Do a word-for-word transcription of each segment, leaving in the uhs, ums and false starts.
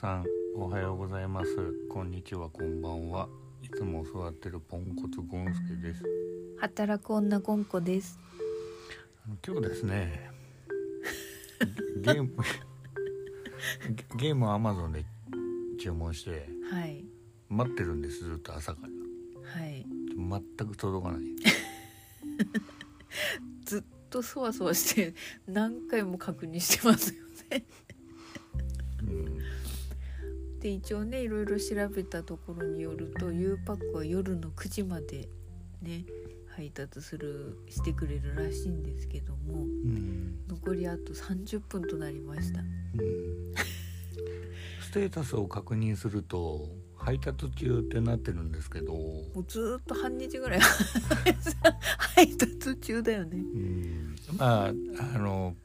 さんおはようございます、こんにちは、こんばんは。いつも座ってるポンコツゴンスケです。 働く女ゴンコです。 今日ですねゲームゲームを Amazon で注文して、 はい、 待ってるんです、ずっと朝から。 はい、 全く届かないずっとそわそわして何回も確認してますよねうん、 で一応ねいろいろ調べたところによると U パックは夜のくじまでね配達するしてくれるらしいんですけども、うん、残りあとさんじゅっぷんとなりました、うん、 ステータスを確認すると配達中ってなってるんですけど、もうずっと半日ぐらい配達中だよね。 うん、まああの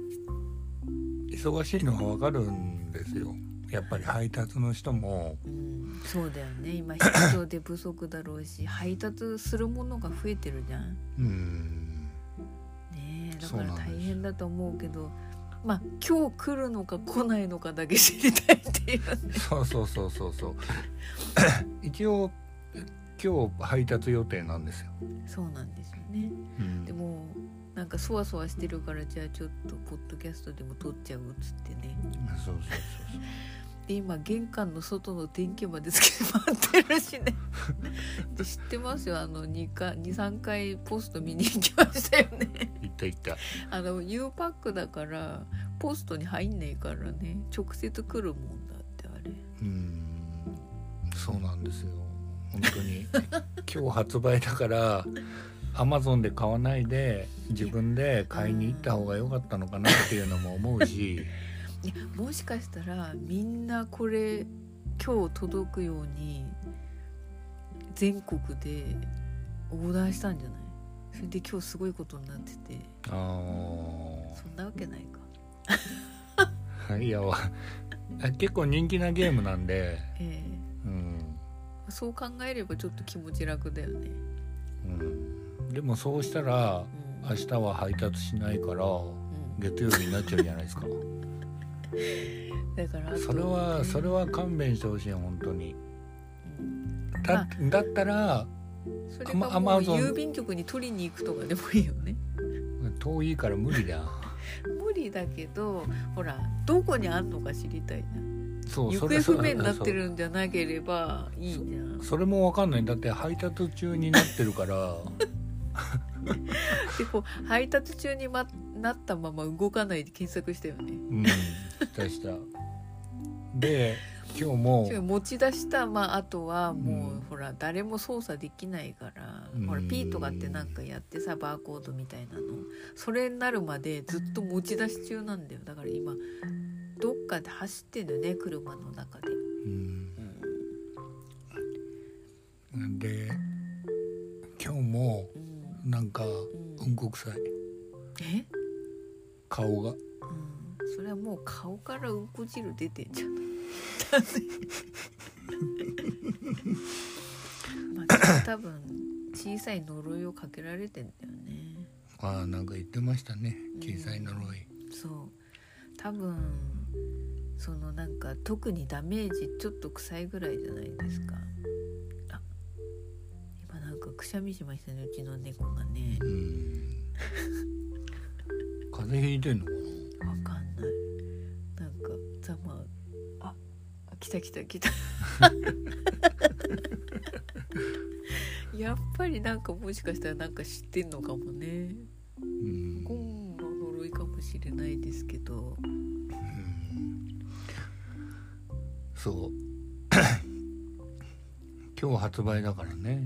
忙しいのはわかるんですよ。やっぱり配達の人も、 うん、そうだよね。今人手不足だろうし配達するものが増えてるじゃん。うん、ねえだから大変だと思うけど、まあ今日来るのか来ないのかだけ知りたいっていう、ね、 そうそうそうそうそう一応今日配達予定なんですよ。 そうなんですよね、うん、でもなんかそわそわしてるからじゃあちょっとポッドキャストでも撮っちゃうっつってね。 そうそうそうそうで今玄関の外の電気までつけて待ってるしねで知ってますよ、あの にかいさんかいポスト見に行きましたよね。 行った行ったあの U パックだからポストに入んねえからね、直接来るもんだってあれ。 うーんそうなんですよ本当に今日発売だからAmazon で買わないで自分で買いに行った方が良かったのかなっていうのも思うしいやもしかしたらみんなこれ今日届くように全国でオーダーしたんじゃない？それで今日すごいことになってて、あそんなわけないかいや結構人気なゲームなんで、 えーうん、そう考えればちょっと気持ち楽だよね、 うん、でもそうしたら、うん、明日は配達しないから、うん、月曜日になっちゃうじゃないですかだからそれはそれは勘弁してほしい本当に、うん、だ, だったらそれかもう郵便局に取りに行くとかでもいいよね。 遠いから無理だ無理だけどほらどこにあんのか知りたいな。 そう行方不明になってるんじゃなければいいじゃん。 そ, それも分かんない。だって配達中になってるからでこう配達中に、ま、なったまま動かないで検索したよね。 うんしたしたで今日も持ち出した、まあ、あとはもう、うん、ほら誰も操作できないから、うん、ほら P とかってなんかやってさバーコードみたいなのそれになるまでずっと持ち出し中なんだよ。だから今どっかで走ってんだよね車の中で、うんうん、で今日もなんかうんこ臭い、うん、 え顔が、うん、 それはもう顔からうんこ汁出てんじゃないまあ、多分小さい呪いをかけられてんだよね。 ああなんか言ってましたね小さい呪い、 うん、そう多分そのなんか特にダメージちょっと臭いぐらいじゃないですか。あ今なんかくしゃみしましたねうちの猫がね。うん風邪ひいてんのかなわかんない。なんかざまあ来た来た来たやっぱりなんかもしかしたらなんか知ってんのかもね。うんゴンの呪いかもしれないですけど、うん、 そう今日発売だからね。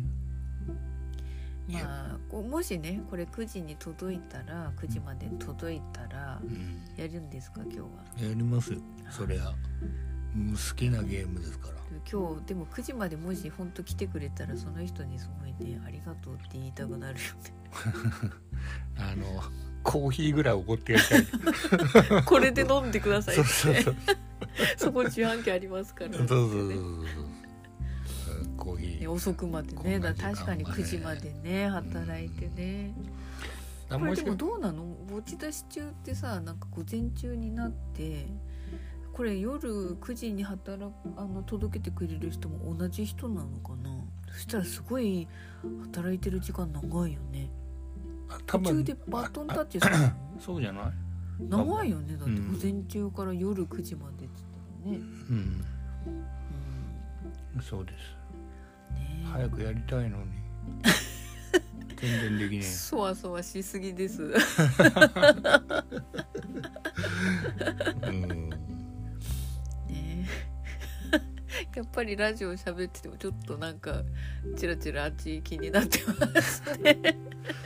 まあもしねこれくじに届いたらくじまで届いたらやるんですか、うん、今日は。 やりますよそりゃ好きなゲームですから。 今日でもくじまでもし本当来てくれたらその人にすごいねありがとうって言いたくなるよねあのコーヒーぐらいおごってやりたいこれで飲んでくださいってそうそうそうそこ自販機ありますから、ね、 そうそうそうそうコーヒー、 ね、遅くまでねだ確かにくじまでね働いてね、うん、これでもどうなの持ち出し中ってさなんか午前中になってこれ夜くじに働あの届けてくれる人も同じ人なのかな。そしたらすごい働いてる時間長いよね。途中でバトンタッチするのそうじゃない？ 長いよね。だって午前中から夜くじまでって言ったらね、 うん、 うん、 そうです、 ね、 早くやりたいのに全然できねえ。 そわそわしすぎですうんねやっぱりラジオ喋っててもちょっとなんかチラチラあっち気になってますね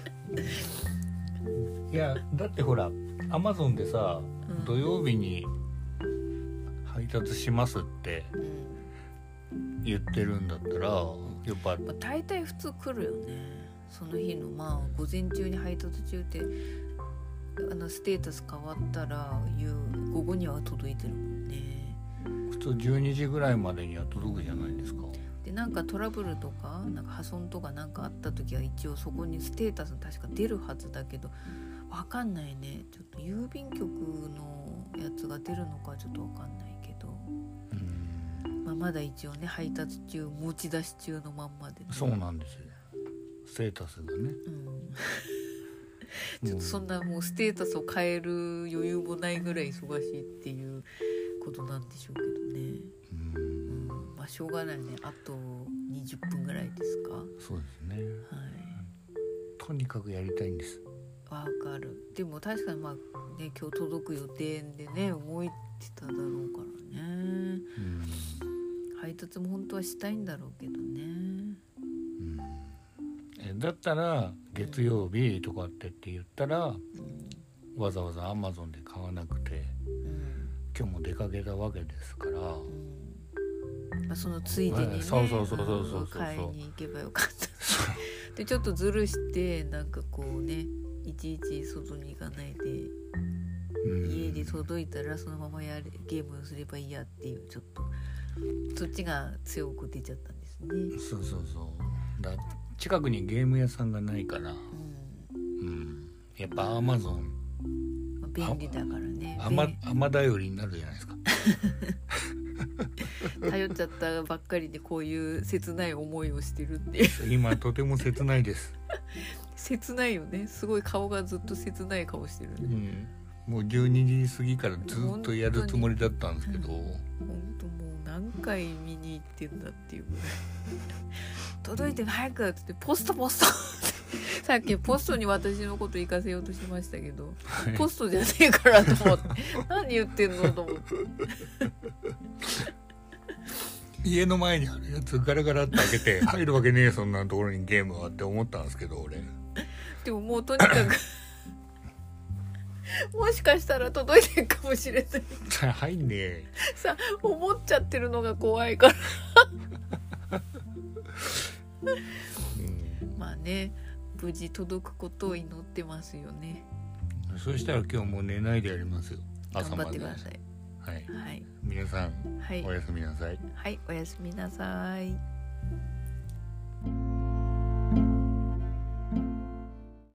いやだってほらアマゾンでさ、うん、土曜日に配達しますって言ってるんだったらやっぱ、 まあ、大体普通来るよね。その日のまあ午前中に配達中ってあのステータス変わったら午後には届いてるもんね。 普通じゅうにじぐらいまでには届くじゃないですか。 でなんかトラブルとかなんか破損とかなんかあった時は一応そこにステータス確か出るはずだけどわかんないね。ちょっと郵便局のやつが出るのかちょっとわかんないけど、うん、まあ、まだ一応ね配達中持ち出し中のまんまで、ね、 そうなんですよステータスがね、 うん、ちょっとそんなもうステータスを変える余裕もないぐらい忙しいっていうことなんでしょうけどね、うん、まあしょうがないね。あとにじゅっぷんぐらいですか。 そうですね、 はい、 とにかくやりたいんです。 わかる。でも確かにまあね今日届く予定でね動いてただろうからね、うん、配達も本当はしたいんだろうけどね、 うん、だったら月曜日とかってって言ったら、うん、わざわざアマゾンで買わなくて、うん、今日も出かけたわけですから、うん、 まあ、そのついでにねそうそうそうそうそうそう買いに行けばよかったでちょっとずるしてなんかこうねいちいち外に行かないで、うん、家で届いたらそのままやれゲームをすればいいやっていうちょっとそっちが強く出ちゃったんですね。 そうそうそうだ近くにゲーム屋さんがないから、うんうん、やっぱアマゾン、 まあ、便利だからね。 甘頼りになるじゃないですか頼っちゃったばっかりでこういう切ない思いをしてるっていう今とても切ないです切ないよね。すごい顔がずっと切ない顔してるね、 うん、もうじゅうにじ過ぎからずっとやるつもりだったんですけど、 本当もう何回見に行ってんだっていうぐらい届いて早くってポストポストさっきポストに私のこと行かせようとしましたけど、はい、ポストじゃねえからと思って何言ってんのと思って家の前にあるやつガラガラって開けて入るわけねえそんなところにゲームはって思ったんですけど俺でももうとにかくもしかしたら届いてるかもしれない入んねえさ思っちゃってるのが怖いからうん、まあね無事届くことを祈ってますよね。 そしたら今日もう寝ないでやりますよ。朝まで頑張ってください。 はい、 はい、 皆さん、 はい、 おやすみなさい。 はい、おやすみなさい。